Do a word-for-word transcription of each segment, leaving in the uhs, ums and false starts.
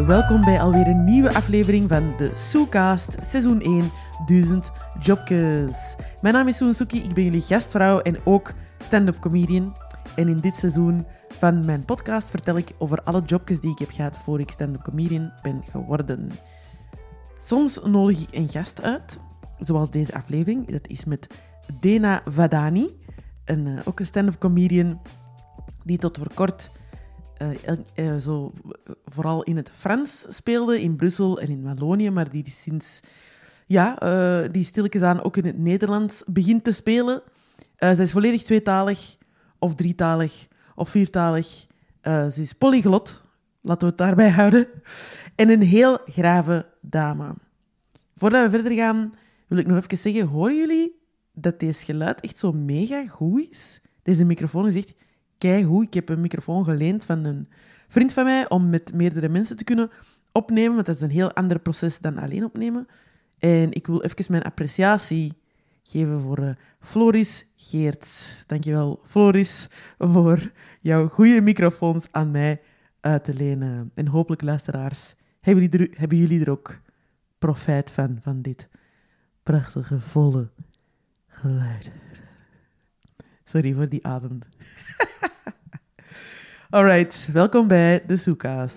mensen, welkom bij alweer een nieuwe aflevering van de Soecast, seizoen één, duizend jobjes. Mijn naam is Soen Soekie, ik ben jullie gastvrouw en ook stand-up comedian. En in dit seizoen van mijn podcast vertel ik over alle jobjes die ik heb gehad voor ik stand-up comedian ben geworden. Soms nodig ik een gast uit, zoals deze aflevering. Dat is met Dena Vadani, een, uh, ook een stand-up comedian die tot voor kort uh, uh, zo, vooral in het Frans speelde, in Brussel en in Wallonië, maar die sinds, ja, uh, die stilletjes aan ook in het Nederlands begint te spelen. Uh, zij is volledig tweetalig, of drietalig, of viertalig. Uh, ze is polyglot, laten we het daarbij houden. En een heel grave dame. Voordat we verder gaan, wil ik nog even zeggen, horen jullie dat deze geluid echt zo mega goed is? Deze microfoon is echt keigoed. Ik heb een microfoon geleend van een vriend van mij om met meerdere mensen te kunnen opnemen, want dat is een heel ander proces dan alleen opnemen. En ik wil even mijn appreciatie geven voor uh, Floris Geerts. Dankjewel, Floris, voor jouw goede microfoons aan mij uit te lenen. En hopelijk, luisteraars, hebben jullie er, hebben jullie er ook profijt van, van dit prachtige, volle geluid. Sorry voor die adem. Alright, welkom bij de Soecast.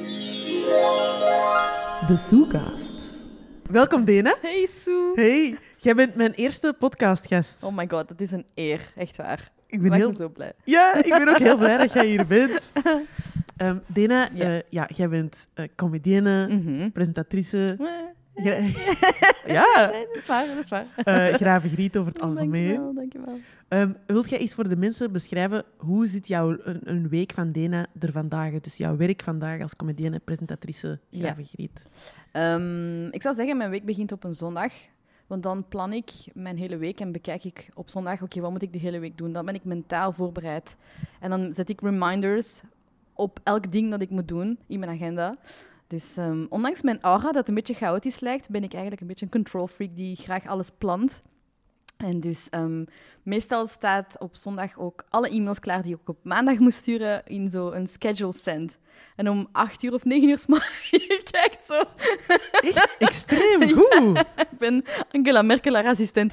De Soecast. Welkom, Dena. Hey, Sue. Hey, jij bent mijn eerste podcastgast. Oh my god, dat is een eer. Echt waar. Ik ben ik heel ben zo blij. Ja, ik ben ook heel blij dat jij hier bent. Um, Dena, Ja. uh, ja, jij bent uh, comedienne, Mhm. presentatrice. Eh, Gra- ja, Nee, dat is waar, dat is waar. uh, grave griet over het algemeen. Dankjewel, dankjewel. Um, wilt jij eens voor de mensen beschrijven hoe ziet jouw een, een week van Dena er vandaag uit? Dus jouw werk vandaag als comedienne, presentatrice, grave griet. Um, ik zou zeggen, mijn week begint op een zondag. Want dan plan ik mijn hele week en bekijk ik op zondag, oké, okay, wat moet ik de hele week doen? Dan ben ik mentaal voorbereid. En dan zet ik reminders op elk ding dat ik moet doen in mijn agenda. Dus um, ondanks mijn aura, dat een beetje chaotisch lijkt, ben ik eigenlijk een beetje een control freak die graag alles plant. En dus um, meestal staat op zondag ook alle e-mails klaar die ik op maandag moest sturen in zo'n schedule send. En om acht uur of negen uur je kijkt zo. Echt extreem goed. Ja, ik ben Angela Merkel haar assistent.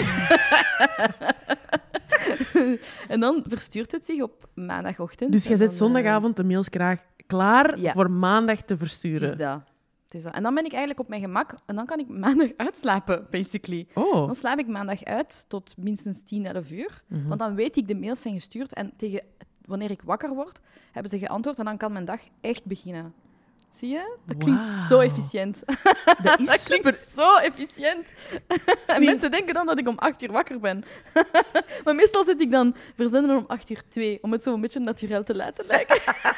En dan verstuurt het zich op maandagochtend. Dus jij En zet dan, zondagavond de mails graag klaar Ja. voor maandag te uh, versturen. het is dat. Het is dat. En dan ben ik eigenlijk op mijn gemak. En dan kan ik maandag uitslapen, basically. Oh. Dan slaap ik maandag uit tot minstens tien, elf uur. Mhm. Want dan weet ik, de mails zijn gestuurd. En tegen wanneer ik wakker word, hebben ze geantwoord. En dan kan mijn dag echt beginnen. Zie je? Dat klinkt Wauw. zo efficiënt. Dat is dat super. klinkt zo efficiënt. En niet- mensen denken dan dat ik om acht uur wakker ben. Maar meestal zit ik dan verzenden om acht uur twee. Om het zo een beetje naturel te laten lijken.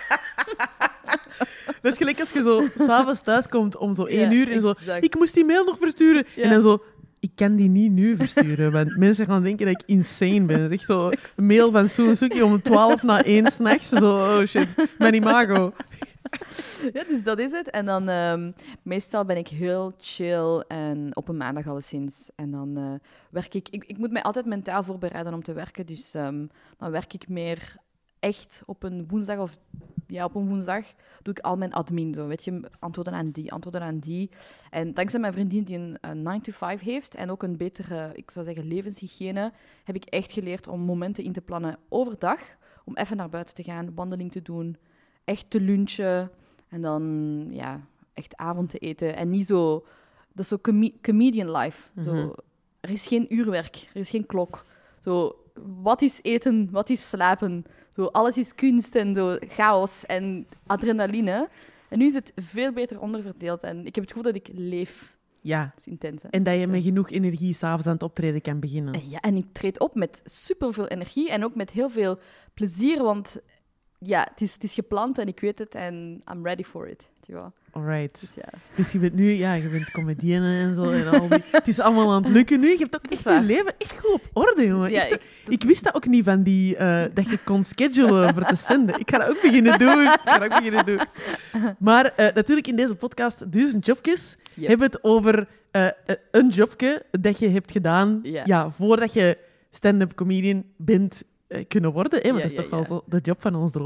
Dat is gelijk als je zo s'avonds thuis komt om zo één Ja, uur en zo... exact. Ik moest die mail nog versturen. Ja. En dan zo... Ik kan die niet nu versturen, want mensen gaan denken dat ik insane ben. Het is echt zo een mail van Soen Soekie om twaalf na één s'nachts. Zo, oh shit, mijn imago. Ja, dus dat is het. En dan um, meestal ben ik heel chill en op een maandag alleszins. En dan uh, werk ik, ik... Ik moet mij altijd mentaal voorbereiden om te werken. Dus um, dan werk ik meer echt op een woensdag of... Ja, op een woensdag doe ik al mijn admin zo, weet je. Antwoorden aan die, antwoorden aan die. En dankzij mijn vriendin die een, een nine to five heeft en ook een betere, ik zou zeggen, levenshygiëne, heb ik echt geleerd om momenten in te plannen overdag. Om even naar buiten te gaan, wandeling te doen, echt te lunchen. En dan, ja, echt avond te eten. En niet zo... Dat is zo com- comedian life. Mhm. Zo, er is geen uurwerk, er is geen klok. Zo, wat is eten, wat is slapen? Zo, alles is kunst en zo, chaos en adrenaline. En nu is het veel beter onderverdeeld. En ik heb het gevoel dat ik leef. Ja, Dat is intens, hè? en dat je Zo. met genoeg energie s'avonds aan het optreden kan beginnen. En ja, en ik treed op met superveel energie en ook met heel veel plezier, want ja, het is, het is gepland en ik weet het en I'm ready for it. Ja. Alright. Dus ja. Dus je bent nu, ja, je bent comedienne en zo. En al die, het is allemaal aan het lukken nu. Je hebt ook Dat is echt je waar. leven echt goed op orde, jongen. Ja, Echt, ik- ik wist dat ook niet van die, uh, dat je kon schedulen voor te zenden. Ik ga dat ook beginnen doen. Ik ga dat ook beginnen doen. Maar uh, natuurlijk in deze podcast, duizend jobjes, Yep. hebben we het over uh, een jobje dat je hebt gedaan Ja. ja, voordat je stand-up comedian bent uh, kunnen worden. Hè? Want Ja, dat is ja, toch wel ja. zo de job van ons dromen een beetje.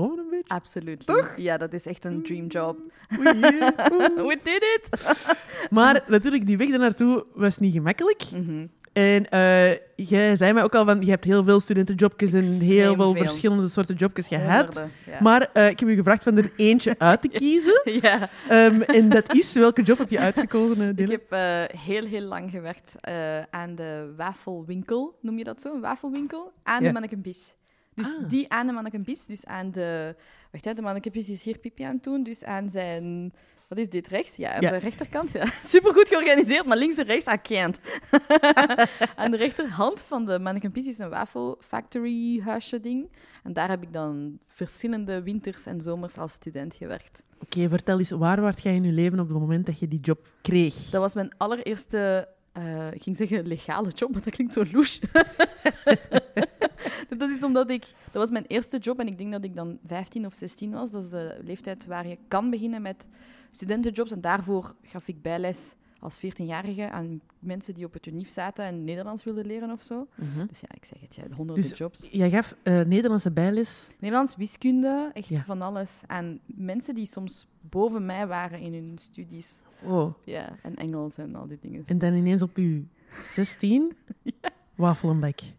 Absoluut. Toch? Ja, dat is echt een dreamjob. Oei, oei. We did it! Maar natuurlijk, die weg daarnaartoe was niet gemakkelijk. Mm-hmm. En uh, jij zei mij ook al van, je hebt heel veel studentenjobjes en Extreem heel veel, veel. verschillende soorten jobjes gehad. Honderden, ja. Maar uh, ik heb je gevraagd van er eentje uit te kiezen. Ja. Um, en dat is, welke job heb je uitgekozen, uh, Dina? Ik heb uh, heel, heel lang gewerkt uh, aan de wafelwinkel, noem je dat zo? Een wafelwinkel? Aan Ja. de Mannekes. Dus Ah. die aan de Mannekes, dus aan de... Wacht, hè, de Mannekes is hier Pipi aan het doen, dus aan zijn... Wat is dit, rechts? Ja, aan Ja. de rechterkant. Ja. Supergoed georganiseerd, maar links en rechts, I can't. Aan de rechterhand van de Mannekes is een wafelfactory huisje ding. En daar heb ik dan verschillende winters en zomers als student gewerkt. Oké, okay, vertel eens, waar was jij in je leven op het moment dat je die job kreeg? Dat was mijn allereerste, uh, ik ging zeggen legale job, maar dat klinkt zo louche. Dat is omdat ik, dat was mijn eerste job en ik denk dat ik dan vijftien of zestien was. Dat is de leeftijd waar je kan beginnen met studentenjobs. En daarvoor gaf ik bijles als veertienjarige aan mensen die op het unief zaten en Nederlands wilden leren of zo. Mm-hmm. Dus ja, ik zeg het, ja, honderden Dus jobs. jij gaf uh, Nederlandse bijles? Nederlands, wiskunde, echt Ja. van alles. Aan mensen die soms boven mij waren in hun studies. Oh. Ja, en Engels en al die dingen. En dan ineens op je zestien? Ja. Wafel en bek.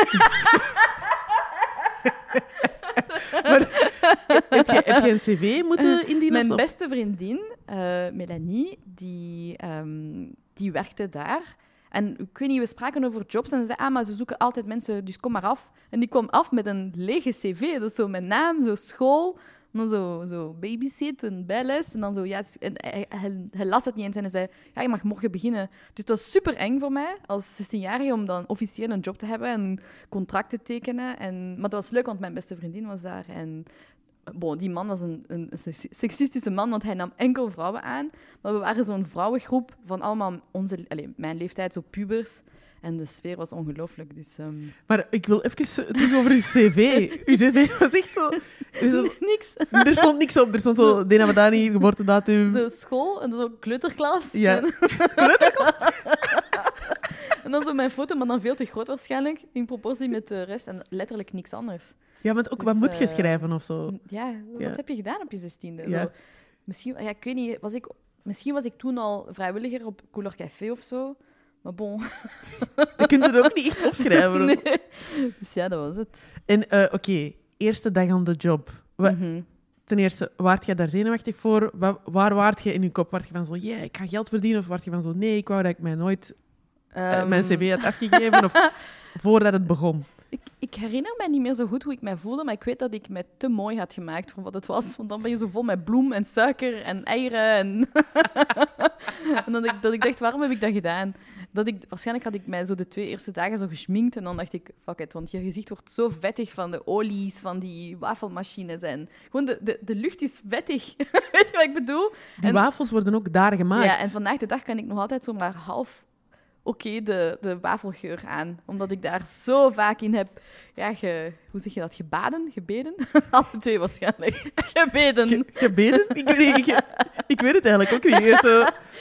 Maar, heb, je, heb je een cv moeten indienen? Mijn of zo? beste vriendin, uh, Melanie, die, um, die werkte daar. En ik weet niet, we spraken over jobs en ze zei, ah, maar ze zoeken altijd mensen, dus kom maar af. En die kwam af met een lege cv, dat is zo mijn naam, zo school, en dan zo, zo babysit, een bijles. En dan zo, ja, en hij, hij, hij las het niet eens en hij zei, ja, je mag morgen beginnen. Dus het was super eng voor mij, als zestienjarige, om dan officieel een job te hebben en contract te tekenen. En, maar dat was leuk, want mijn beste vriendin was daar en... Bon, die man was een, een seksistische man, want hij nam enkel vrouwen aan. Maar we waren zo'n vrouwengroep van allemaal onze, allez, mijn leeftijd, zo pubers. En de sfeer was ongelooflijk. Dus, um... Maar ik wil even terug over uw cv. Uw cv was echt zo... zo... Niks. Er stond niks op. Er stond zo Dena Madani, geboortedatum. Zo school en zo kleuterklas. Ja. En... Kleuterklas? En dan zo mijn foto, maar dan veel te groot waarschijnlijk, in proportie met de rest. En letterlijk niks anders. Ja, maar ook Dus, wat moet je uh, schrijven of zo? Ja, wat Ja. heb je gedaan op je zestiende? Ja. Zo, misschien, ja, ik weet niet, was ik, misschien was ik toen al vrijwilliger op Couleur Café of zo. Maar bon. Je kunt het ook niet echt opschrijven. of zo. Nee. Dus ja, dat was het. En uh, oké, okay, eerste dag aan de job. Wa- Mhm. Ten eerste, waart je daar zenuwachtig voor? Wa- waar waart je in je kop? Waart je van zo, yeah, ik ga geld verdienen? Of waart je van zo, nee, ik wou dat ik mij nooit uh, Um, mijn cv had afgegeven? Of voordat het begon? Ik, ik herinner me niet meer zo goed hoe ik mij voelde, maar ik weet dat ik me te mooi had gemaakt voor wat het was. Want dan ben je zo vol met bloem en suiker en eieren. En, en dat, ik, dat ik dacht, waarom heb ik dat gedaan? Dat ik, waarschijnlijk had ik mij zo de twee eerste dagen zo geschminkt en dan dacht ik, fuck it, want je gezicht wordt zo vettig van de olies, van die wafelmachines. En gewoon de, de, de lucht is vettig. Weet je wat ik bedoel? Die en, wafels worden ook daar gemaakt. Ja, en vandaag de dag kan ik nog altijd zo maar half oké okay, de, de wafelgeur aan. Omdat ik daar zo vaak in heb... Ja, ge, hoe zeg je dat? Gebaden? Gebeden? Alle twee waarschijnlijk. Gebeden. Ge- gebeden? Ik weet, ik, ik weet het eigenlijk ook niet. Zo.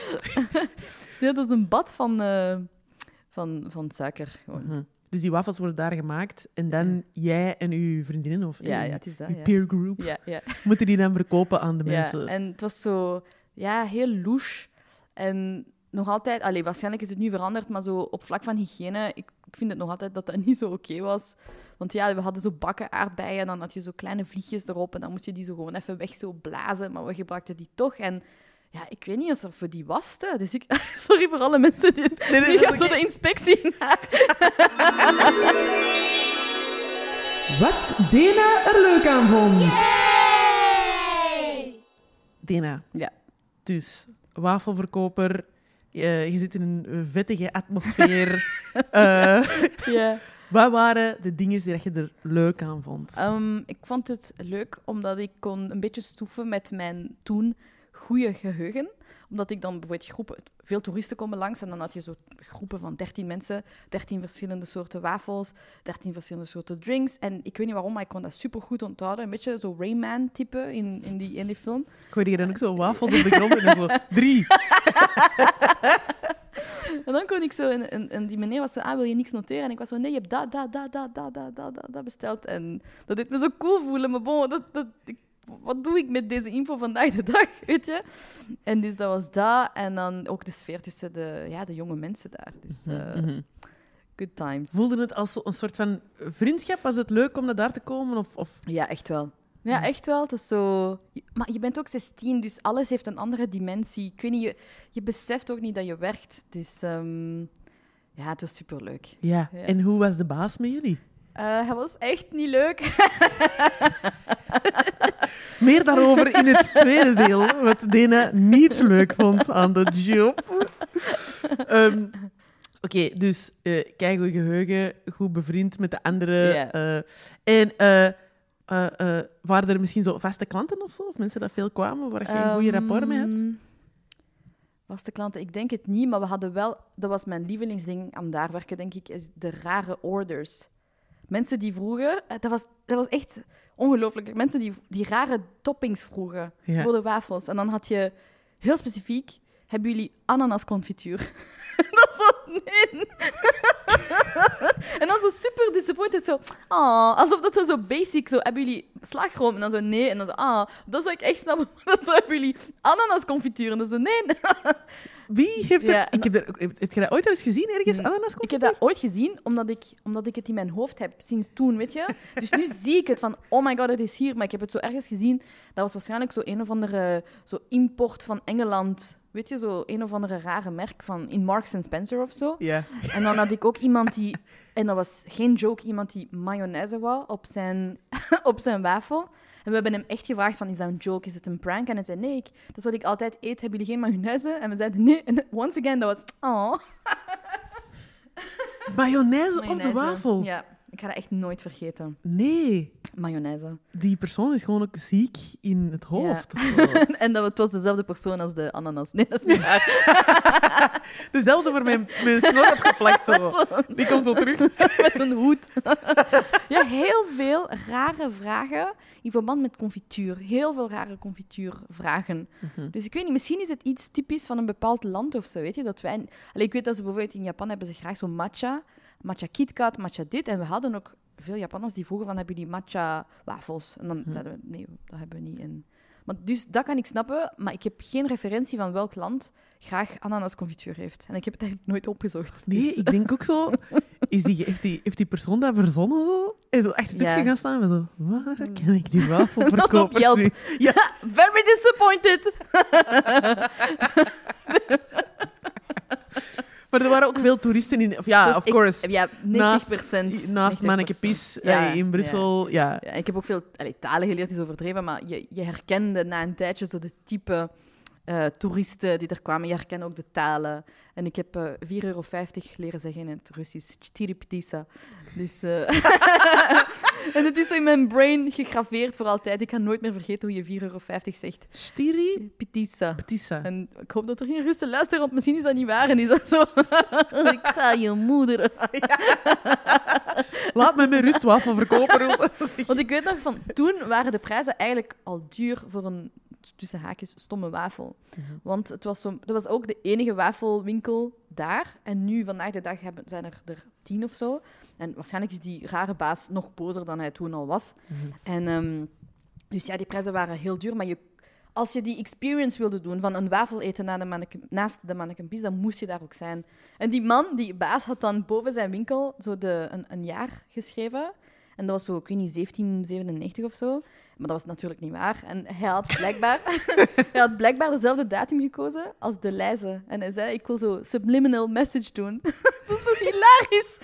Ja, dat is een bad van, uh, van, van suiker. Gewoon. Uh-huh. Dus die wafels worden daar gemaakt. En dan Ja. jij en uw vriendinnen of Ja, uw, ja, het is dat, uw ja. peer group Ja, ja. moeten die dan verkopen aan de Ja, mensen. en het was zo... Ja, heel louche. En nog altijd... Allee, waarschijnlijk is het nu veranderd, maar zo op vlak van hygiëne... Ik, ik vind het nog altijd dat dat niet zo oké was. Want ja, we hadden zo bakken aardbeien en dan had je zo kleine vliegjes erop en dan moest je die zo gewoon even weg zo blazen, maar we gebruikten die toch. En ja, ik weet niet of er voor die waste. Dus ik... Sorry voor alle mensen die... Nee, nee, die dat gaan is zo oké. de inspectie na. Wat Dena er leuk aan vond. Dena, Ja. dus wafelverkoper. Je, je zit in een vettige atmosfeer. uh, Ja. wat waren de dingen die je er leuk aan vond? Um, ik vond het leuk omdat ik kon een beetje stoeven met mijn toen goede geheugen. Omdat ik dan bijvoorbeeld groepen, veel toeristen komen langs en dan had je zo groepen van dertien mensen, dertien verschillende soorten wafels, dertien verschillende soorten drinks. En ik weet niet waarom, maar ik kon dat supergoed onthouden. Een beetje zo Rayman-type in, in, die, in die film. Gooide je dan ook zo wafels op de grond en dan zo drie? En dan kon ik zo, en, en, en die meneer was zo, ah, wil je niks noteren? En ik was zo, nee, je hebt dat, dat, dat, dat, dat, dat, dat, dat besteld. En dat deed me zo cool voelen, maar bon, dat, dat, ik wat doe ik met deze info vandaag de dag, weet je? En dus dat was dat. En dan ook de sfeer tussen de, ja, de jonge mensen daar. Dus uh, mm-hmm. good times. Voelde het als een soort van vriendschap? Was het leuk om naar daar te komen? Of, of... Ja, echt wel. Ja, echt wel. Het is zo... Maar je bent ook zestien, dus alles heeft een andere dimensie. Ik weet niet, je, je beseft ook niet dat je werkt. Dus um, ja, het was superleuk. Ja. ja, en hoe was de baas met jullie? Uh, hij was echt niet leuk. Meer daarover in het tweede deel, wat Dena niet leuk vond aan de job. Um, Oké, okay, dus uh, kijk goed geheugen, goed bevriend met de anderen. Yeah. Uh, en uh, uh, uh, waren er misschien zo vaste klanten of zo? Of mensen dat veel kwamen, waar je um, een goede rapport mee hebt? Vaste klanten, ik denk het niet, maar we hadden wel... Dat was mijn lievelingsding aan daar werken, denk ik, is de rare orders. Mensen die vroegen... Dat was, dat was echt ongelooflijk. Mensen die, die rare toppings vroegen ja. voor de wafels. En dan had je heel specifiek... Hebben jullie ananasconfituur? Dat is zo... Nee. En dan zo super disappointed. Zo... Ah, alsof dat er zo basic... Zo, hebben jullie slagroom? En dan zo nee. En dan zo... Ah, dat zou ik echt snappen. Dat zo, hebben jullie ananasconfituur? En dan zo nee. Wie heeft er... Ja, ik heb, er heb, heb je dat ooit eens gezien, ergens, ananasconfituur? Ik heb dat ooit gezien, omdat ik, omdat ik het in mijn hoofd heb sinds toen, weet je. Dus nu zie ik het van, oh my god, het is hier. Maar ik heb het zo ergens gezien. Dat was waarschijnlijk zo een of andere zo import van Engeland... Weet je, zo een of andere rare merk van in Marks and Spencer of zo. Yeah. En dan had ik ook iemand die... En dat was geen joke, iemand die mayonaise wou op zijn, op zijn wafel. En we hebben hem echt gevraagd van, is dat een joke, is het een prank? En hij zei, nee, ik, dat is wat ik altijd eet. Hebben jullie geen mayonaise? En we zeiden, nee. En once again, dat was... Oh. Mayonaise op de wafel? Ja, ik ga dat echt nooit vergeten. Nee. Mayonaise. Die persoon is gewoon ook ziek in het hoofd. Ja. En dat het was dezelfde persoon als de ananas. Nee, dat is niet waar. Dezelfde waar mijn, mijn snor heb geplakt. Zo. Die komt zo terug. Met een hoed. Ja, heel veel rare vragen in verband met confituur. Heel veel rare confituurvragen. Mm-hmm. Dus ik weet niet, misschien is het iets typisch van een bepaald land of zo, weet je? Dat wij... Allee, ik weet dat ze bijvoorbeeld in Japan hebben ze graag zo'n matcha. Matcha KitKat, matcha dit. En we hadden ook veel Japanners die vroegen van, hebben jullie matcha wafels? En dan hmm. zeiden we, nee, dat hebben we niet. En, maar dus dat kan ik snappen, maar ik heb geen referentie van welk land graag ananasconfituur heeft. En ik heb het eigenlijk nooit opgezocht. Nee, dus. Ik denk ook zo... Is die, heeft, die, heeft die persoon dat verzonnen zo? En zo echt het ja. gaan staan en zo... Waar ken ik die wafelverkopers nu? Ja, very disappointed! Maar er waren ook veel toeristen in... Of ja, dus of ik, course. Ja, negentig procent. Naast, naast Manneke Pies ja, in Brussel, ja. ja. ja. Ik heb ook veel allee, talen geleerd, is overdreven, maar je, je herkende na een tijdje zo de type uh, toeristen die er kwamen. Je herkende ook de talen. En ik heb uh, vier euro vijftig leren zeggen in het Russisch. Четыре пятьдесят. Dus... Uh... En het is zo in mijn brain gegraveerd voor altijd. Ik ga nooit meer vergeten hoe je vier euro vijftig zegt. Четыре пятьдесят. En ik hoop dat er geen Russen luisteren, want misschien is dat niet waar. En is dat zo... Ik ga je moeder. Ja. Laat me met rust wafel verkopen. Want ik weet nog van... Toen waren de prijzen eigenlijk al duur voor een... tussen haakjes, stomme wafel. Mm-hmm. Want het was zo, dat was ook de enige wafelwinkel daar. En nu, vandaag de dag, hebben, zijn er, er tien of zo. En waarschijnlijk is die rare baas nog bozer dan hij toen al was. Mm-hmm. En, um, dus ja, die prijzen waren heel duur. Maar je, als je die experience wilde doen van een wafel eten na de Manneke, naast de Manneke Pies, dan moest je daar ook zijn. En die man, die baas, had dan boven zijn winkel zo de, een, een jaar geschreven. En dat was zo, ik weet niet, zeventien zevenennegentig of zo. Maar dat was natuurlijk niet waar. En hij had blijkbaar, hij had blijkbaar dezelfde datum gekozen als de lijze. En hij zei, ik wil zo subliminal message doen. Dat is toch hilarisch?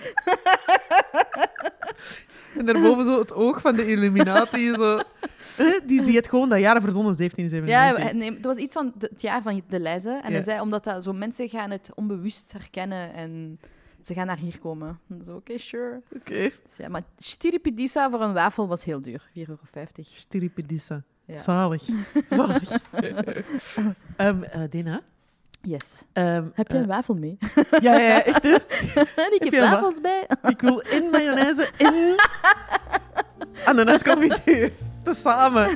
En daarboven zo het oog van de Illuminati. Zo. Die, die het gewoon dat jaar verzonnen, zeventien zevenennegentig. Ja, nee, dat was iets van de, het jaar van de lijze. En ja. Hij zei, omdat dat, zo mensen gaan het onbewust herkennen en... Ze gaan naar hier komen. Dat is oké, okay, sure. Oké. Okay. Dus ja, maar четыре пятьдесят voor een wafel was heel duur. vier euro vijftig. четыре пятьдесят. Ja. Zalig. Zalig. um, uh, Dena? Yes. Um, heb je uh, een wafel mee? Ja, ja, echt hè? En ik heb, heb wafels wa- bij. Ik wil in mayonaise, in ananasconfituur. Tezamen.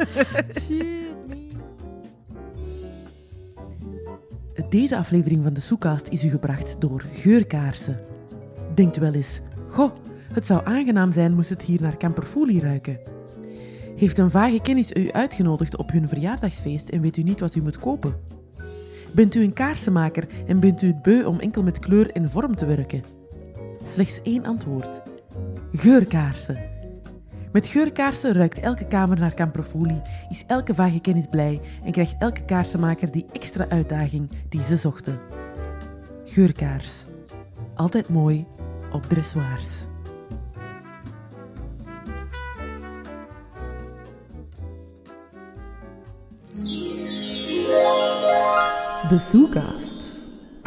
Deze aflevering van de Soekast is u gebracht door geurkaarsen. Denkt wel eens, goh, het zou aangenaam zijn moest het hier naar kamperfoelie ruiken. Heeft een vage kennis u uitgenodigd op hun verjaardagsfeest en weet u niet wat u moet kopen? Bent u een kaarsenmaker en bent u het beu om enkel met kleur en vorm te werken? Slechts één antwoord. Geurkaarsen. Met geurkaarsen ruikt elke kamer naar kamperfoelie, is elke vage kennis blij en krijgt elke kaarsenmaker die extra uitdaging die ze zochten. Geurkaars. Altijd mooi op dressoirs. De Soekast.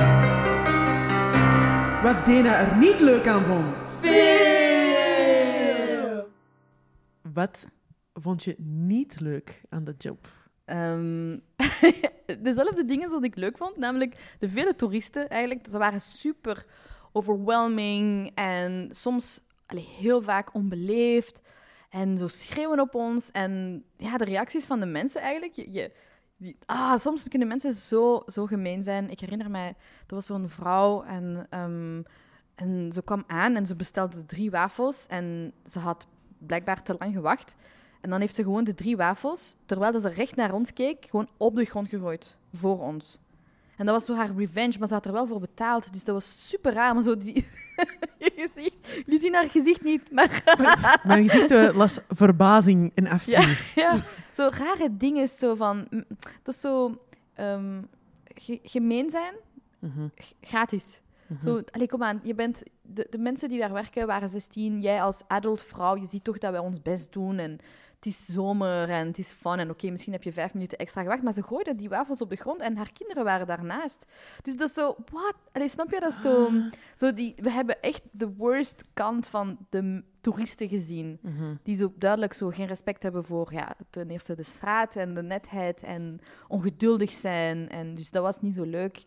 Wat Dena er niet leuk aan vond. Veel! Wat vond je niet leuk aan de job? Um, dezelfde dingen dat ik leuk vond, namelijk de vele toeristen eigenlijk. Ze waren super overwhelming en soms allee, heel vaak onbeleefd en zo schreeuwen op ons. En ja, de reacties van de mensen eigenlijk. Je, je, die, ah, soms kunnen mensen zo, zo gemeen zijn. Ik herinner mij, er was zo'n vrouw en, um, en ze kwam aan en ze bestelde drie wafels en ze had blijkbaar te lang gewacht. En dan heeft ze gewoon de drie wafels, terwijl ze recht naar ons keek, gewoon op de grond gegooid. Voor ons. En dat was zo haar revenge, maar ze had er wel voor betaald. Dus dat was super raar, maar zo die... je gezicht... Jullie zien haar gezicht niet, maar... Mijn gezicht uh, las verbazing en afschuw. Ja, ja, zo rare dingen, zo van... Dat is zo... Um, ge- gemeen zijn, mm-hmm. G- gratis. Mm-hmm. Zo, allee, kom aan, je bent... De, de mensen die daar werken waren zestien. Jij als adult vrouw, je ziet toch dat wij ons best doen en... Het is zomer en het is fun. En oké, okay, misschien heb je vijf minuten extra gewacht. Maar ze gooide die wafels op de grond en haar kinderen waren daarnaast. Dus dat is zo... Wat? Allee, snap je dat zo? zo die, we hebben echt de worst kant van de toeristen gezien. Mm-hmm. Die zo duidelijk zo geen respect hebben voor ja, ten eerste de straat en de netheid. En ongeduldig zijn. En dus dat was niet zo leuk.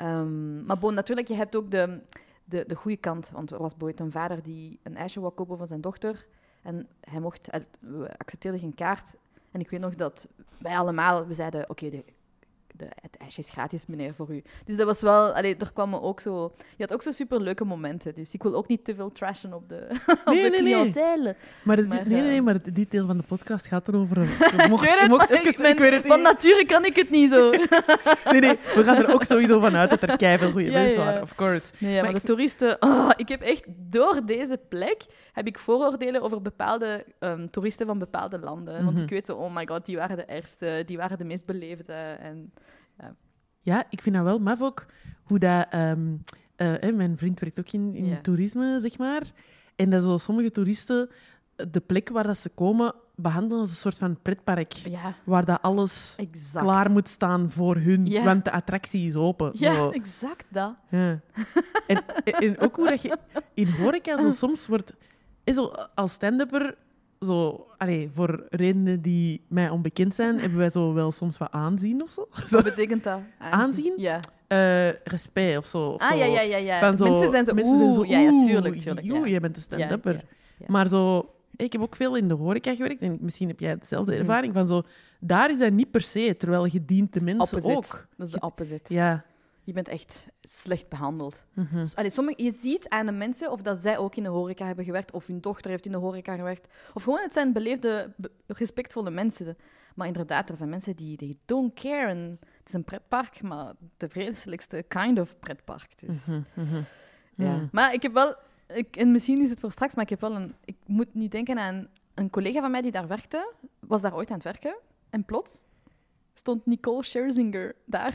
Um, maar bon, natuurlijk, je hebt ook de, de, de goede kant. Want er was bijvoorbeeld een vader die een ijsje wou kopen voor zijn dochter... En hij mocht, we accepteerden geen kaart. En ik weet nog dat wij allemaal, we zeiden, oké, okay, de, de, het ijsje is gratis, meneer, voor u. Dus dat was wel, allee, er kwamen ook zo, je had ook zo superleuke momenten. Dus ik wil ook niet te veel trashen op de, op nee, de nee, cliëntele. Nee. Maar, het, maar, nee, nee, nee, maar dit deel van de podcast gaat erover. Mocht, ik weet het, mocht, even, ik ben, ik weet het van nature kan ik het niet zo. nee, nee, we gaan er ook sowieso van uit dat er keiveel goede ja, mensen ja. waren, of course. Nee, ja, maar, maar de toeristen... Oh, ik heb echt door deze plek... heb ik vooroordelen over bepaalde um, toeristen van bepaalde landen. Mm-hmm. Want ik weet zo, oh my god, die waren de ergste, die waren de meest beleefde. En, ja. ja, ik vind dat wel maf ook, hoe dat... Um, uh, eh, mijn vriend werkt ook in, in ja. toerisme, zeg maar. En dat zo sommige toeristen de plek waar dat ze komen behandelen als een soort van pretpark. Ja. Waar dat alles exact. klaar moet staan voor hun, ja. want de attractie is open. Ja, zo. exact dat. Ja. En, en ook hoe dat je in horeca zo soms wordt... Zo, als stand-upper, zo, allee, voor redenen die mij onbekend zijn, hebben wij zo wel soms wat aanzien of zo. Wat betekent dat? Aanzien? aanzien? Ja. Uh, respect of zo. Of ah, zo. ja, ja, ja. ja. Van zo, mensen zijn zo... Mensen zijn zo, ja, ja, tuurlijk, tuurlijk. Joe, ja. jij bent een stand-upper. Ja, ja, ja. Maar zo... Ik heb ook veel in de horeca gewerkt en misschien heb jij dezelfde ervaring van zo... Daar is dat niet per se, terwijl je dient de mensen opposite. ook. Dat is de opposite. Ja. Je bent echt slecht behandeld. Mm-hmm. Dus, allee, sommige, je ziet aan de mensen of dat zij ook in de horeca hebben gewerkt, of hun dochter heeft in de horeca gewerkt. Of gewoon, het zijn beleefde, be- respectvolle mensen. Maar inderdaad, er zijn mensen die they don't care. En het is een pretpark, maar de vreselijkste kind of pretpark. Dus, mm-hmm. Mm-hmm. Ja. Mm. Maar ik heb wel... Ik, en misschien is het voor straks, maar ik heb wel een... Ik moet niet denken aan een collega van mij die daar werkte. Was daar ooit aan het werken. En plots stond Nicole Scherzinger daar.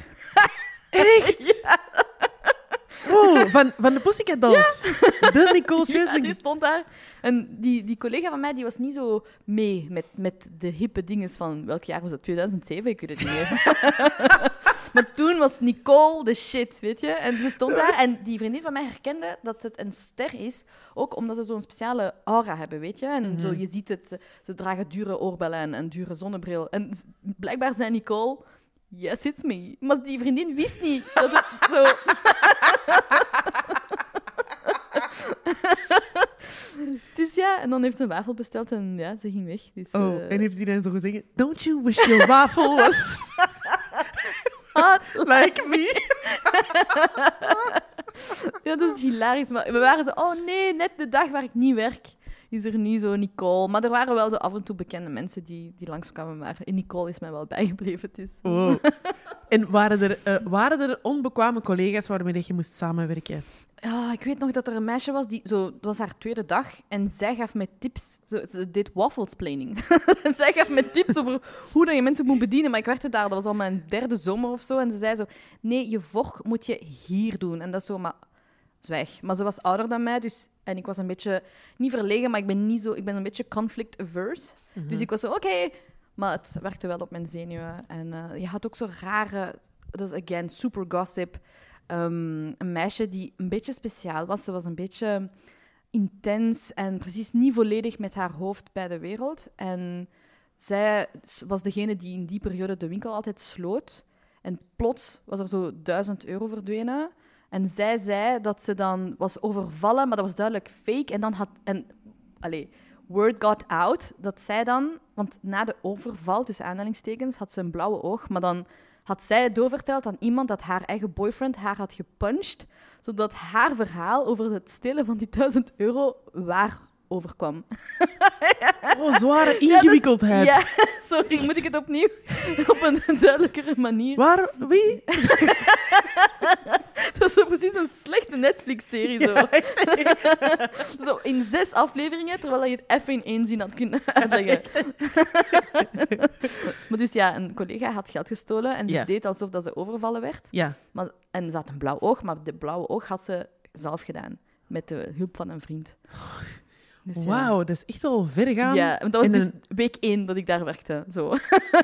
Echt? Ja. Oh, van, van de Pussycat Dolls. Ja. De Nicole Scherzinger. Ja, die stond daar. En die, die collega van mij die was niet zo mee met, met de hippe dingen van... Welk jaar was dat? tweeduizend zeven? Ik weet het niet meer. Maar toen was Nicole de shit, weet je. En ze stond daar en die vriendin van mij herkende dat het een ster is. Ook omdat ze zo'n speciale aura hebben, weet je. En mm-hmm. zo, je ziet het, ze dragen dure oorbellen en een dure zonnebril. En blijkbaar zei Nicole... Yes, it's me. Maar die vriendin wist niet dat het zo... Dus ja, en dan heeft ze een wafel besteld en ja, ze ging weg. Dus, oh, uh... en heeft die dan zo gezegd... Don't you wish your waffle was... like me? Ja, dat is hilarisch. Maar we waren zo... Oh nee, net de dag waar ik niet werk. is er nu zo Nicole. Maar er waren wel zo af en toe bekende mensen die, die langskwamen, maar Nicole is mij wel bijgebleven. Dus. Wow. En waren er, uh, waren er onbekwame collega's waarmee je moest samenwerken? Ja, ik weet nog dat er een meisje was, die zo, dat was haar tweede dag, en zij gaf mij tips. Zo, ze deed wafflesplaining. Zij gaf mij tips over hoe dat je mensen moet bedienen, maar ik werkte daar, dat was al mijn derde zomer of zo, en ze zei zo, nee, je vork moet je hier doen. En dat is zo, maar zwijg. Maar ze was ouder dan mij, dus, en ik was een beetje, niet verlegen, maar ik ben, niet zo, ik ben een beetje conflict-averse. Mm-hmm. Dus ik was zo, oké, okay. Maar het werkte wel op mijn zenuwen. En uh, je had ook zo rare, dat is again super gossip, um, een meisje die een beetje speciaal was. Ze was een beetje intens en precies niet volledig met haar hoofd bij de wereld. En zij was degene die in die periode de winkel altijd sloot. En plots was er zo duizend euro verdwenen. En zij zei dat ze dan was overvallen, maar dat was duidelijk fake. En dan had... En, allez, word got out dat zij dan... Want na de overval, tussen aanhalingstekens, had ze een blauwe oog. Maar dan had zij het doorverteld aan iemand dat haar eigen boyfriend haar had gepunched, zodat haar verhaal over het stelen van die duizend euro waar overkwam. Oh, zware ingewikkeldheid. Ja, dus, ja, sorry, moet ik het opnieuw? Op een duidelijkere manier. Waar? Wie? Dat is zo precies een slechte Netflix-serie. Zo. Ja, zo in zes afleveringen, terwijl je het even in één zin had kunnen uitleggen. Maar dus ja, een collega had geld gestolen en ze ja. deed alsof dat ze overvallen werd. Ja. Maar, en ze had een blauw oog, maar de blauwe oog had ze zelf gedaan. Met de hulp van een vriend. Dus wauw, ja. Dat is echt wel ver gaan. Ja, dat was en dus een... week één dat ik daar werkte. Zo.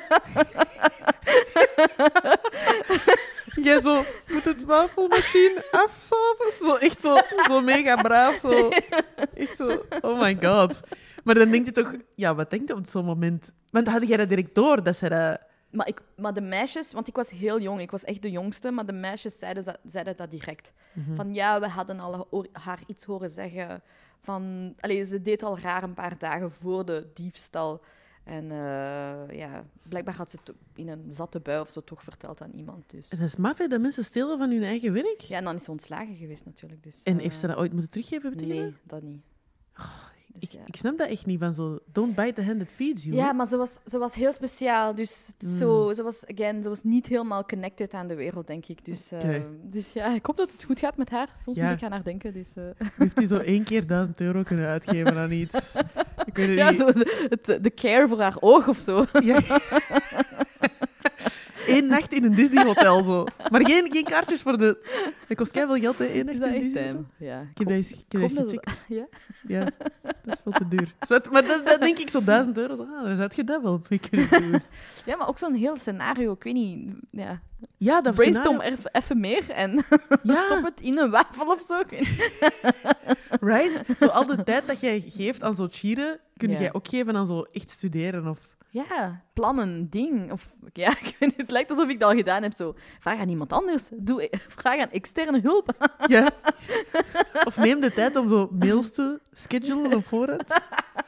Jij zo met het wafelmachine afzaven. Zo, echt zo, zo mega braaf. Zo. Echt zo, oh my god. Maar dan denk je toch, ja, wat denk je op zo'n moment? Want had jij dat direct door, dat ze dat... Maar, ik, maar de meisjes, want ik was heel jong, ik was echt de jongste, maar de meisjes zeiden, zeiden dat direct. Mm-hmm. Van ja, we hadden al haar iets horen zeggen. Van, allez, ze deed al raar een paar dagen voor de diefstal. En uh, ja, blijkbaar had ze het in een zatte bui of zo toch verteld aan iemand. Dus. En dat is maffia dat mensen stelen van hun eigen werk? Ja, en dan is ze ontslagen geweest natuurlijk. Dus, en uh, heeft ze dat ooit moeten teruggeven? Nee, dat niet. Oh, dus, ik, ja. ik snap dat echt niet, van zo... Don't bite the hand that feeds you. Ja, maar ze was, ze was heel speciaal. Dus mm. zo, ze, was, again, ze was niet helemaal connected aan de wereld, denk ik. Dus, uh, okay. dus ja, ik hoop dat het goed gaat met haar. Soms ja. moet ik aan haar denken. Dus, uh. Heeft hij zo één keer duizend euro kunnen uitgeven aan iets? Ik weet ja, niet. Zo de, het, de care voor haar oog of zo. Ja. Eén nacht in een Disney-hotel, zo. Maar geen, geen kaartjes voor de... Dat kost keiveel geld, hè. Eén nacht in een Disney-hotel. Ja. Ik heb deze gecheckt. Dat... Ja? Ja, dat is veel te duur. Maar dat, dat denk ik, zo duizend euro. Zo, ah, daar zou je dat wel mee kunnen doen. Ja, maar ook zo'n heel scenario. Ik weet niet... Ja, ja dat brainstorm scenario... er even meer en ja. stop het in een wafel of zo. Right? Zo al de tijd dat jij geeft aan zo'n chieren, kun ja. jij ook geven aan zo echt studeren of... Ja, plannen, ding. Of, ja, ik weet niet, het lijkt alsof ik dat al gedaan heb. Zo. Vraag aan iemand anders. Doe, vraag aan externe hulp. Ja. Of neem de tijd om zo mails te schedulen op voorhand.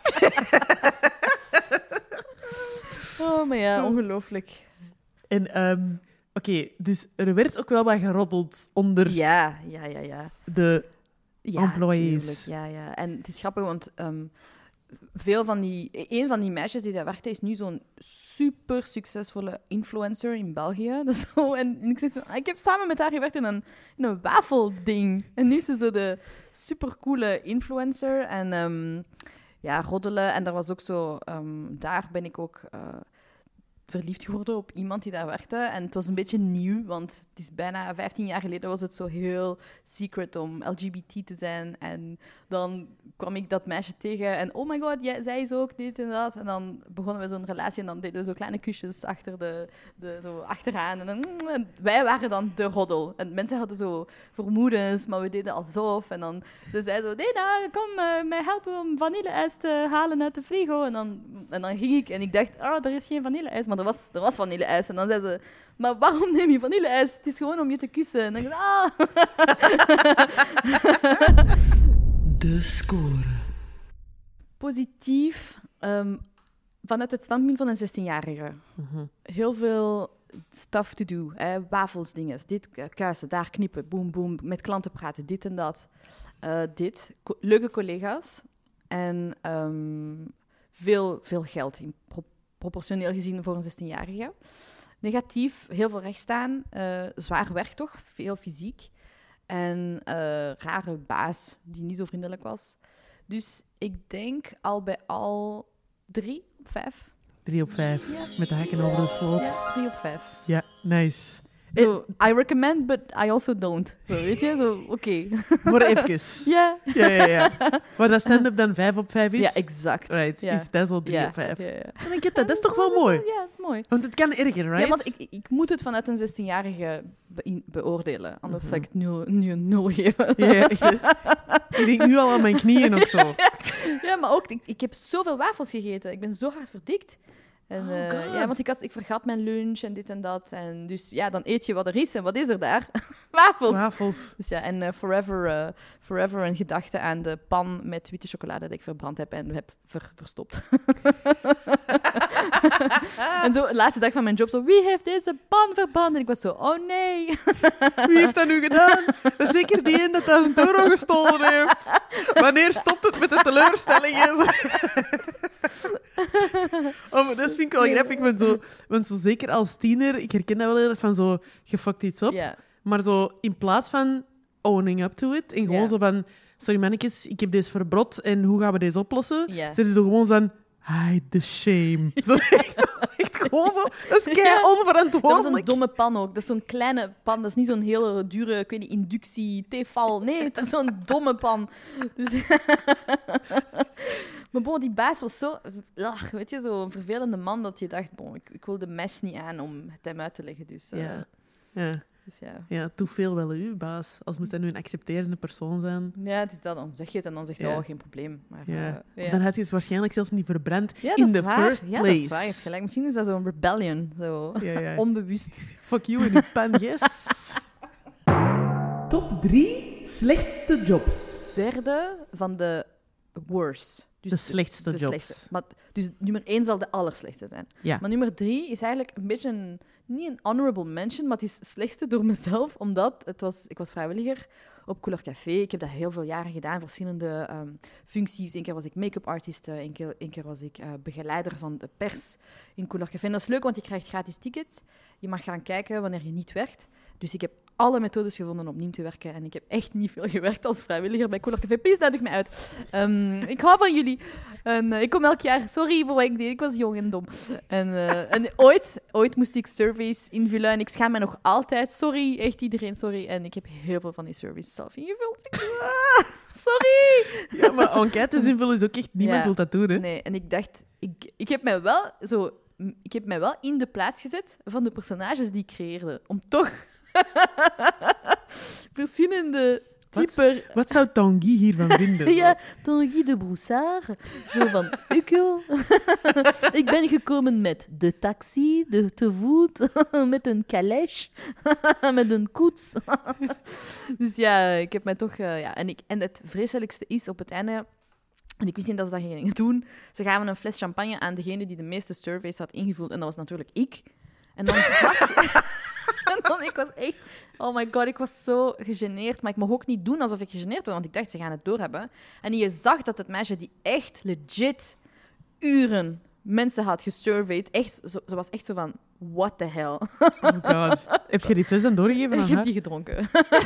Oh, maar ja, ongelooflijk. En, um, oké, okay, dus er werd ook wel wat geroddeld onder ja, ja, ja, ja. de ja, employees. Tuurlijk, ja, ja. En het is grappig, want... Um, Veel van die, een van die meisjes die daar werkte, is nu zo'n super succesvolle influencer in België. Dat zo, en ik zeg zo, ik heb samen met haar gewerkt in een, in een wafelding. En nu is ze zo de supercoole influencer. En um, ja, roddelen. En daar was ook zo, um, daar ben ik ook uh, verliefd geworden op iemand die daar werkte. En het was een beetje nieuw, want het is bijna vijftien jaar geleden was het zo heel secret om L G B T te zijn. En dan kwam ik dat meisje tegen en oh my god, jij, zij is ook dit en dat. En dan begonnen we zo'n relatie en dan deden we zo kleine kusjes achter de, de, zo achteraan. En, dan, mm, en wij waren dan de roddel. En mensen hadden zo vermoedens, maar we deden alsof. En dan ze zei zo, Dena, kom uh, mij helpen om vanille-ijs te halen uit de frigo. En dan, en dan ging ik en ik dacht, oh, er is geen vanille-ijs. Maar er was, er was vanille-ijs. En dan zei ze, maar waarom neem je vanille-ijs? Het is gewoon om je te kussen. En dan dacht ik, ah. De score. Positief, um, vanuit het standpunt van een zestienjarige. Mm-hmm. Heel veel stuff to do. Hè? Wafels, dingen. Dit kuisen, daar knippen, boem, boem. Met klanten praten, dit en dat. Uh, dit. Co- leuke collega's. En um, veel, veel geld, in pro- proportioneel gezien voor een zestienjarige. Negatief, heel veel rechtstaan, uh, zwaar werk toch, veel fysiek. En uh, rare baas, die niet zo vriendelijk was. Dus ik denk al bij al drie op vijf. Drie op vijf, ja. Met de hekken over de sloot. Ja, drie op vijf. Ja, nice. So, I recommend, but I also don't. Zo, weet je? Zo, oké. Okay. Voor even. Ja. Ja, ja, ja. Waar dat stand-up dan vijf op vijf is? Ja, exact. Right, ja. is dat zo drie ja. op vijf. Ja, ja. En ik get dat, dat is toch wel mooi? Ja, dat is mooi. Want het kan erger, right? Ja, want ik, ik moet het vanuit een zestienjarige be- beoordelen. Anders mm-hmm. zou ik het nu, nu een nul geven. Ja, ja, echt. Ik denk nu al aan mijn knieën of zo. Ja, maar ook, ik, ik heb zoveel wafels gegeten. Ik ben zo hard verdikt. En, oh uh, ja, want ik, had, ik vergat mijn lunch en dit en dat. En dus ja, dan eet je wat er is. En wat is er daar? Wafels. Wafels. Dus ja, en uh, forever, uh, forever een gedachte aan de pan met witte chocolade die ik verbrand heb en heb ver, verstopt. En zo, de laatste dag van mijn job, zo, wie heeft deze pan verbrand? En ik was zo, oh nee. Wie heeft dat nu gedaan? Dat is zeker die een dat duizend euro gestolen heeft. Wanneer stopt het met de teleurstellingen? Oh, maar dat vind ik wel grappig, want zo, want zo zeker als tiener, ik herken dat wel heel erg van zo, je fuckt iets op, yeah. maar zo in plaats van owning up to it, en gewoon yeah. zo van, sorry mannetjes, ik heb deze verbrot en hoe gaan we deze oplossen? Yeah. Zitten ze gewoon zo van, hide the shame. Zo echt, echt gewoon zo, dat is kei onverantwoordelijk. Dat was een domme pan ook, dat is zo'n kleine pan, dat is niet zo'n hele dure, ik weet niet, inductie, tefal, nee, het is zo'n domme pan. Dus... Maar bon, die baas was zo, ach, weet je, zo'n vervelende man dat je dacht, bon, ik, ik wil de mes niet aan om het hem uit te leggen. Dus, uh, ja. Ja. Dus ja. Ja, te veel wel u, baas. Als moest hij nu een accepterende persoon zijn. Ja, het is dat. Dan zeg je het en dan zeg je, ja. oh, geen probleem. Maar, ja. uh, ja. Dan had je het waarschijnlijk zelfs niet verbrand ja, in the waar. first ja, place. Ja, dat is waar. Je hebt gelijk. Misschien is dat zo'n rebellion, zo ja, ja. onbewust. Fuck you in uw pan, yes. Top drie slechtste jobs. Derde van de worst. Dus de slechtste de, de jobs. Slechtste. Maar, dus nummer één zal de allerslechtste zijn. Ja. Maar nummer drie is eigenlijk een beetje een, niet een honorable mention, maar het is het slechtste door mezelf, omdat het was, ik was vrijwilliger op Couleur Café. Ik heb dat heel veel jaren gedaan, verschillende um, functies. Eén keer was ik make-up artist, één keer, één keer was ik uh, begeleider van de pers in Couleur Café. En dat is leuk, want je krijgt gratis tickets. Je mag gaan kijken wanneer je niet werkt. Dus ik heb alle methodes gevonden om opnieuw te werken. En ik heb echt niet veel gewerkt als vrijwilliger bij Couleur Café. Please, nodig mij uit. Um, ik hou van jullie. En, uh, ik kom elk jaar. Sorry voor wat ik deed. Ik was jong en dom. En, uh, en ooit, ooit moest ik surveys invullen. En ik schaam me nog altijd. Sorry, echt iedereen, sorry. En ik heb heel veel van die surveys zelf ingevuld. Ah, sorry! Ja, maar enquêtes invullen is ook echt... Niemand ja, wil dat doen, hè? Nee, en ik dacht... Ik, ik heb mij wel zo... Ik heb mij wel in de plaats gezet van de personages die ik creëerde. Om toch... verschillende typen... Wat, wat zou Tanguy hiervan vinden? Ja, Tanguy de Broussard. Zo van, Ukkel. Ik ben gekomen met de taxi, de te voet, met een calèche, met een koets. Dus ja, ik heb mij toch... Uh, ja, en, ik, en het vreselijkste is op het einde... En ik wist niet dat ze dat gingen doen. Ze gaven een fles champagne aan degene die de meeste surveys had ingevuld. En dat was natuurlijk ik. En dan zag je... En dan, ik was echt... Oh my god, ik was zo gegeneerd. Maar ik mocht ook niet doen alsof ik gegeneerd was, want ik dacht, ze gaan het doorhebben. En je zag dat het meisje die echt legit uren mensen had gesurveyed, echt, zo, ze was echt zo van, what the hell? Oh god. Heb je die fles dan doorgegeven aan Ik heb haar? die gedronken.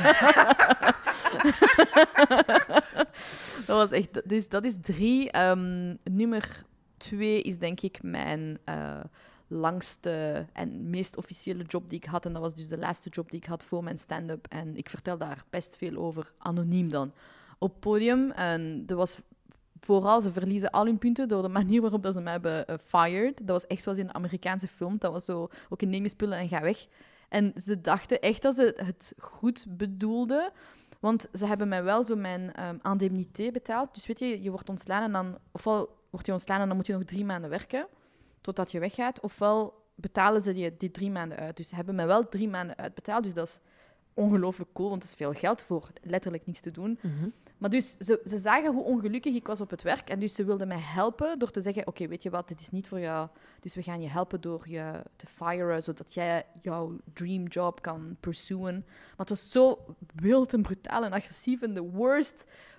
Dat was echt... Dus dat is drie. Um, nummer twee is denk ik mijn... Uh, langste en meest officiële job die ik had. En dat was dus de laatste job die ik had voor mijn stand-up. En ik vertel daar best veel over, anoniem dan, op podium. En dat was vooral, ze verliezen al hun punten door de manier waarop dat ze mij hebben uh, fired. Dat was echt zoals in een Amerikaanse film. Dat was zo, ook neem je spullen en ga weg. En ze dachten echt dat ze het goed bedoelden. Want ze hebben mij wel zo mijn um, indemnité betaald. Dus weet je, je wordt ontslaan en dan... Ofwel word je ontslaan en dan moet je nog drie maanden werken, totdat je weggaat. Ofwel betalen ze die, die drie maanden uit. Dus ze hebben mij wel drie maanden uitbetaald. Dus dat is ongelooflijk cool, want het is veel geld voor letterlijk niets te doen. Mm-hmm. Maar dus, ze, ze zagen hoe ongelukkig ik was op het werk. En dus ze wilden mij helpen door te zeggen... Oké, okay, weet je wat, dit is niet voor jou. Dus we gaan je helpen door je te firen, zodat jij jouw dreamjob kan pursuen. Maar het was zo wild en brutaal en agressief. En de worst,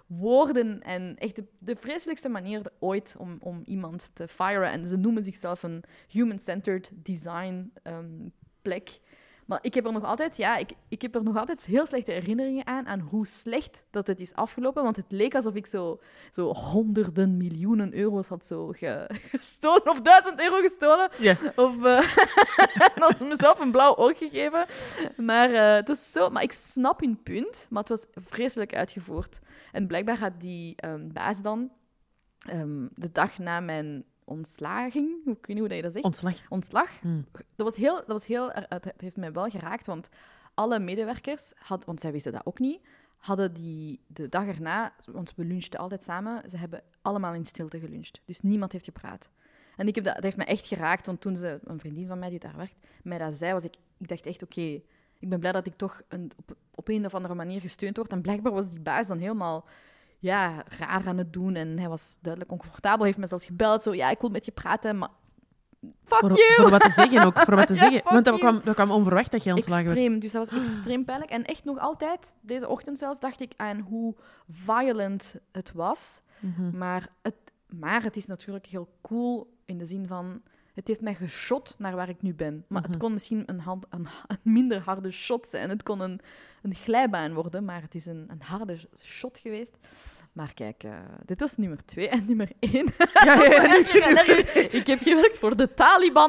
woorden en echt de, de vreselijkste manier ooit om, om iemand te firen. En ze noemen zichzelf een human-centered design um, plek. Maar ik heb er nog altijd, ja, ik, ik heb er nog altijd heel slechte herinneringen aan, aan hoe slecht dat het is afgelopen. Want het leek alsof ik zo, zo honderden miljoenen euro's had zo ge, gestolen, of duizend euro gestolen. Yeah. Of uh, en had mezelf een blauw oog gegeven. Maar, uh, het was zo, maar ik snap hun punt, maar het was vreselijk uitgevoerd. En blijkbaar had die um, baas dan um, de dag na mijn ontslaging, ik weet niet hoe dat je dat zegt. Ontslag. Ontslag. Hmm. Dat was heel, dat was heel, het heeft mij wel geraakt, want alle medewerkers, had, want zij wisten dat ook niet, hadden die de dag erna, want we lunchten altijd samen, ze hebben allemaal in stilte geluncht. Dus niemand heeft gepraat. En ik heb dat, dat heeft mij echt geraakt, want toen ze, een vriendin van mij die daar werkt, mij dat zei, was ik, ik dacht echt, oké, okay, ik ben blij dat ik toch een, op, op een of andere manier gesteund word. En blijkbaar was die baas dan helemaal... ja, raar aan het doen. En hij was duidelijk oncomfortabel. Hij heeft me zelfs gebeld. Zo, ja, ik wil met je praten, maar... Fuck voor, you! Voor wat te zeggen ook. Voor wat te Ja, zeggen. fuck Want dat you. kwam, dat kwam onverwacht dat je ontslagen werd. Extreem. Dus dat was extreem pijnlijk. En echt nog altijd, deze ochtend zelfs, dacht ik aan hoe violent het was. Mm-hmm. Maar, het, maar het is natuurlijk heel cool in de zin van... Het heeft mij geshot naar waar ik nu ben. Maar Mm-hmm. het kon misschien een, hand, een, een minder harde shot zijn. Het kon een, een glijbaan worden, maar het is een, een harde shot geweest. Maar kijk, uh, dit was nummer twee en nummer één. Ja, ja, ja. Ik heb gewerkt voor de Taliban.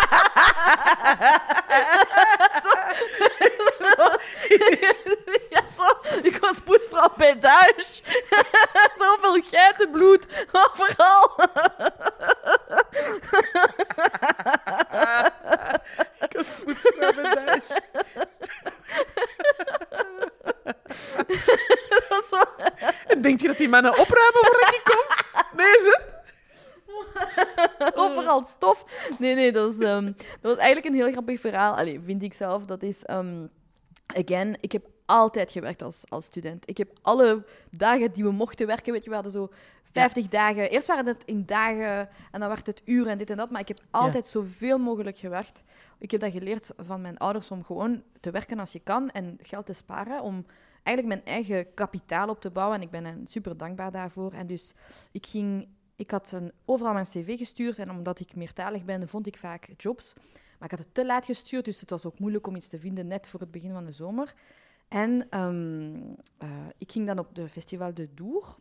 Ja, zo. Ik was poetsvrouw bij Daesh. Zoveel geitenbloed overal. Ik was poetsvrouw bij Daesh. En denkt je dat die mannen opruimen voordat ik kom? Nee, ze... Overal stof. Nee, nee, dat was, um, dat was eigenlijk een heel grappig verhaal. Allee, vind ik zelf. Dat is... Um, again, ik heb altijd gewerkt als, als student. Ik heb alle dagen die we mochten werken, weet je, we hadden zo vijftig ja. dagen. Eerst waren het in dagen en dan werd het uren en dit en dat. Maar ik heb altijd ja. zoveel mogelijk gewerkt. Ik heb dat geleerd van mijn ouders om gewoon te werken als je kan en geld te sparen om... eigenlijk mijn eigen kapitaal op te bouwen. En ik ben hen super dankbaar daarvoor. En dus ik ging... Ik had een, overal mijn cv gestuurd. En omdat ik meertalig ben, vond ik vaak jobs. Maar ik had het te laat gestuurd. Dus het was ook moeilijk om iets te vinden, net voor het begin van de zomer. En um, uh, ik ging dan op de Festival de Dour,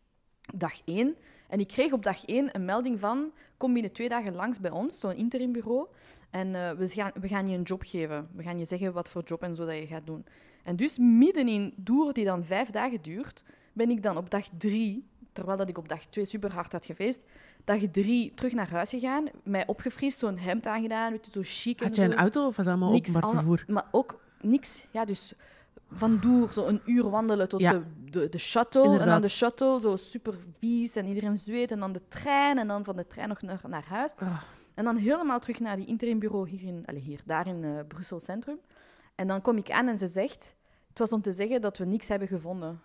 dag één. En ik kreeg op dag één een melding van... Kom binnen twee dagen langs bij ons, zo'n interimbureau. En uh, we, gaan, we gaan je een job geven. We gaan je zeggen wat voor job en zo dat je gaat doen. En dus midden in Doer, die dan vijf dagen duurt, ben ik dan op dag drie, terwijl dat ik op dag twee super hard had gefeest, dag drie terug naar huis gegaan, mij opgefriest, zo'n hemd aangedaan, weet je, zo chic en Had jij zo. een auto of was dat allemaal Niks, openbaar allemaal, vervoer? maar ook niks. Ja, dus van Doer, zo een uur wandelen tot Ja. de, de, de shuttle. Inderdaad. En dan de shuttle, zo super vies en iedereen zweet. En dan de trein en dan van de trein nog naar, naar huis. Oh. En dan helemaal terug naar die interimbureau hier, in, allez, hier daar in uh, Brussel Centrum. En dan kom ik aan en ze zegt... Het was om te zeggen dat we niks hebben gevonden.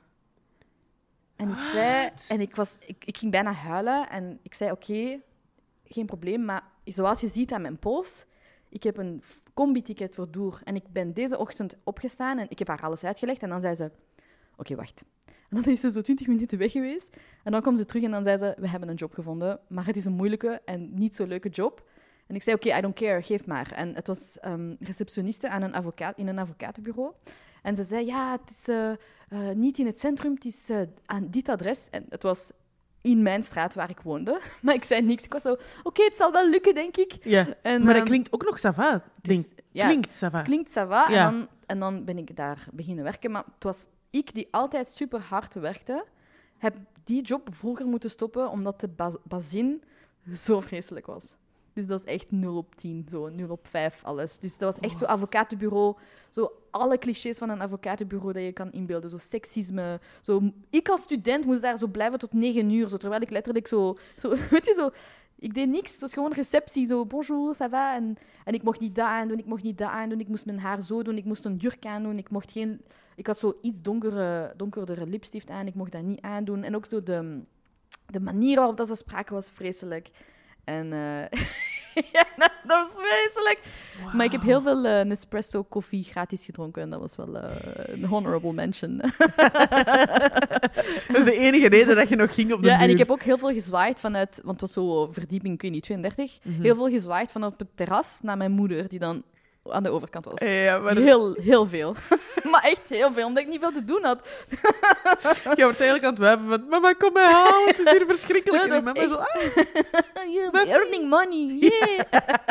En ik zei... En ik, was, ik, ik ging bijna huilen. En ik zei, oké, okay, geen probleem. Maar zoals je ziet aan mijn pols... Ik heb een combi-ticket voor Doer. En ik ben deze ochtend opgestaan en ik heb haar alles uitgelegd. En dan zei ze... Oké, okay, wacht. En dan is ze zo twintig minuten weg geweest. En dan kwam ze terug en dan zei ze... We hebben een job gevonden, maar het is een moeilijke en niet zo leuke job. En ik zei, oké, okay, I don't care, geef maar. En het was um, receptioniste aan een advocaat, in een advocatenbureau. En ze zei, ja, het is uh, uh, niet in het centrum, het is uh, aan dit adres. En het was in mijn straat waar ik woonde. Maar ik zei niks. Ik was zo, oké, okay, het zal wel lukken, denk ik. Ja, en, maar dat um, klinkt ook nog ça va. Dus, ja, klinkt ça va. Klinkt ça va. Ja. En, dan, en dan ben ik daar beginnen werken. Maar het was ik die altijd super hard werkte, heb die job vroeger moeten stoppen, omdat de bas- bazin zo vreselijk was. Dus dat is echt nul op tien, zo nul op vijf, alles. Dus dat was echt zo'n advocatenbureau, zo alle clichés van een advocatenbureau dat je kan inbeelden. Zo seksisme. Zo, ik als student moest daar zo blijven tot negen uur, zo, terwijl ik letterlijk zo, zo... Weet je, zo... Ik deed niks, het was gewoon receptie, zo bonjour, ça va. En, en ik mocht niet dat aandoen, ik mocht niet dat aandoen, ik moest mijn haar zo doen, ik moest een jurk aandoen, ik mocht geen... Ik had zo iets donkere, donkerdere lipstift aan, ik mocht dat niet aandoen. En ook zo de, de manier waarop dat ze spraken was vreselijk. En uh, ja, dat, dat was vreselijk. Wow. Maar ik heb heel veel uh, Nespresso koffie gratis gedronken en dat was wel uh, een honorable mention. Dat is de enige reden dat je nog ging op de Ja, duur. en ik heb ook heel veel gezwaaid vanuit, want het was zo verdieping, ik weet niet, tweeëndertig. Mm-hmm. Heel veel gezwaaid vanuit het terras naar mijn moeder, die dan aan de overkant was. Ja, maar... Heel, heel veel. Maar echt heel veel, omdat ik niet veel te doen had. Je wordt eigenlijk aan het wuiven van, mama, kom mij halen, het is hier verschrikkelijk. Ja, en mama echt... zo, ah, you're earning money, yeah.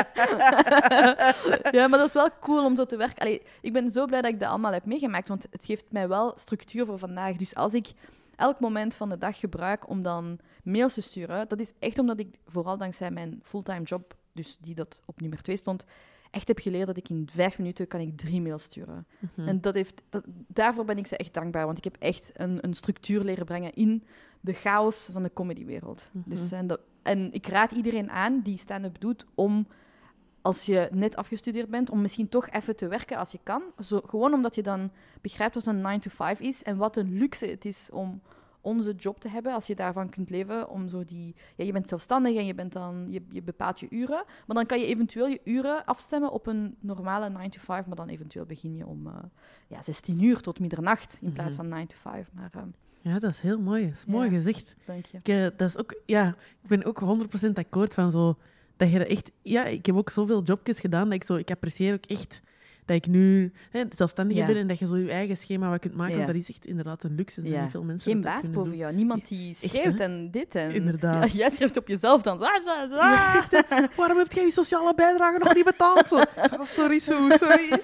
Ja, maar dat is wel cool om zo te werken. Allee, ik ben zo blij dat ik dat allemaal heb meegemaakt, want het geeft mij wel structuur voor vandaag. Dus als ik elk moment van de dag gebruik om dan mails te sturen, dat is echt omdat ik, vooral dankzij mijn fulltime job, dus die dat op nummer twee stond, echt heb geleerd dat ik in vijf minuten kan ik drie mails sturen. Mm-hmm. En dat heeft, dat, daarvoor ben ik ze echt dankbaar, want ik heb echt een, een structuur leren brengen in de chaos van de comedywereld. Mm-hmm. Dus, en, dat, en ik raad iedereen aan die stand-up doet om, als je net afgestudeerd bent, om misschien toch even te werken als je kan. Zo, gewoon omdat je dan begrijpt wat een nine to five is en wat een luxe het is om onze job te hebben, als je daarvan kunt leven, om zo die... Ja, je bent zelfstandig en je, bent dan, je, je bepaalt je uren, maar dan kan je eventueel je uren afstemmen op een normale nine to five, maar dan eventueel begin je om uh, ja, zestien uur tot middernacht, in mm-hmm. plaats van nine to five. Maar, uh, ja, dat is heel mooi. Dat is ja, mooi gezegd. Dank je. Ik, uh, dat is ook, ja, ik ben ook honderd procent akkoord van zo... Dat je echt... Ja, ik heb ook zoveel jobjes gedaan dat ik zo... Ik apprecieer ook echt... Dat ik nu hè, zelfstandige ja. ben en dat je zo je eigen schema wat kunt maken. Ja. Dat is echt inderdaad een luxe. Er zijn ja. niet veel mensen Geen baas boven jou. Niemand die schreeuwt en dit. En... Inderdaad. Ja, jij schrijft op jezelf dan. Ja, echt, waarom heb jij je sociale bijdrage nog niet betaald? Oh, sorry, Sue, sorry.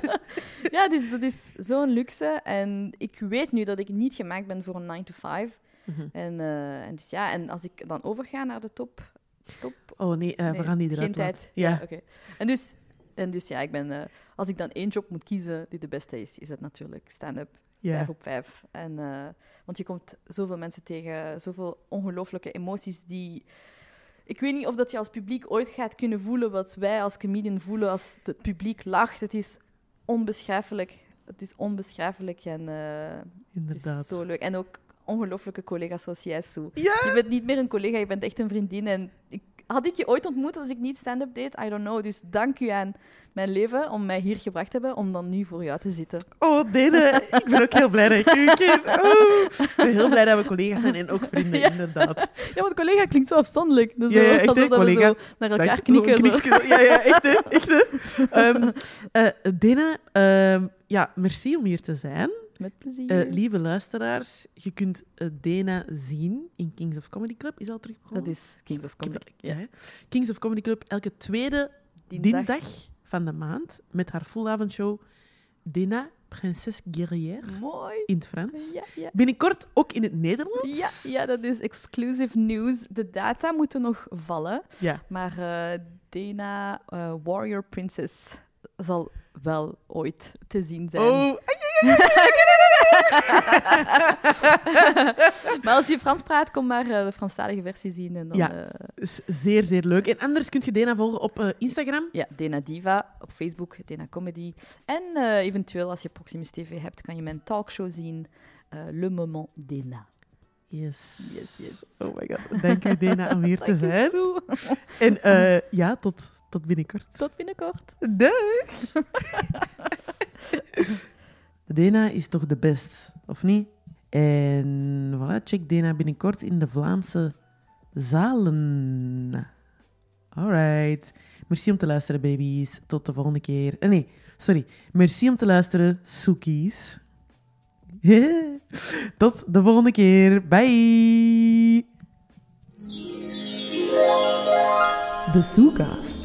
Ja, dus dat is zo'n luxe. En ik weet nu dat ik niet gemaakt ben voor een nine to five. Mm-hmm. En, uh, en, dus ja, en als ik dan overga naar de top... top oh nee, uh, nee, we gaan die eruit geen laten. tijd. Ja, ja oké. Okay. En dus... En dus ja, ik ben, uh, als ik dan één job moet kiezen die de beste is, is het natuurlijk stand-up. Yeah. Vijf op vijf. En, uh, want je komt zoveel mensen tegen, zoveel ongelooflijke emoties die... Ik weet niet of dat je als publiek ooit gaat kunnen voelen wat wij als comedian voelen als het publiek lacht. Het is onbeschrijfelijk. Het is onbeschrijfelijk en uh, Inderdaad. Het is zo leuk. En ook ongelooflijke collega's zoals jij, Sue. Ja? Je bent niet meer een collega, je bent echt een vriendin. En ik, had ik je ooit ontmoet als ik niet stand-up deed? I don't know. Dus dank u aan mijn leven om mij hier gebracht te hebben, om dan nu voor jou te zitten. Oh, Dene, ik ben ook heel blij dat ik u ken. Oh. Ik ben heel blij dat we collega's zijn en ook vrienden, ja. Inderdaad. Ja, want collega klinkt zo afstandelijk. Dus ja, ja, echt, alsof dat collega. we zo naar elkaar knikken. Zo. Ja, ja, echt, hè. Echt, hè. Um, uh, Dene, um, ja, merci om hier te zijn. Met plezier. Uh, lieve luisteraars, je kunt uh, Dena zien in Kings of Comedy Club. Is dat al terug begonnen? Dat is Kings of Comedy Club, ja. ja. Kings of Comedy Club, elke tweede dinsdag, dinsdag van de maand, met haar full-avondshow Dena, Princesse Guerrière. Mooi. In het Frans. Ja, ja. Binnenkort ook in het Nederlands. Ja, ja, dat is exclusive news. De data moeten nog vallen. Ja. Maar uh, Dena, uh, Warrior Princess, zal wel ooit te zien zijn. Oh, maar als je Frans praat, kom maar uh, de Franstalige versie zien. En dan, ja, uh... is zeer, zeer leuk. En anders kun je Dena volgen op uh, Instagram. Ja, Dena Diva. Op Facebook, Dena Comedy. En uh, eventueel, als je Proximus T V hebt, kan je mijn talkshow zien. Uh, Le Moment Dena. Yes. Yes, yes. Oh my god. Dank u, Dena, om hier te zijn. Zo. En uh, ja, tot, tot binnenkort. Tot binnenkort. Dag. Dena is toch de best, of niet? En voilà, check Dena binnenkort in de Vlaamse zalen. Alright. Merci om te luisteren, baby's. Tot de volgende keer. Eh, nee, sorry. Merci om te luisteren, Soekies. Tot de volgende keer. Bye. De Soecast.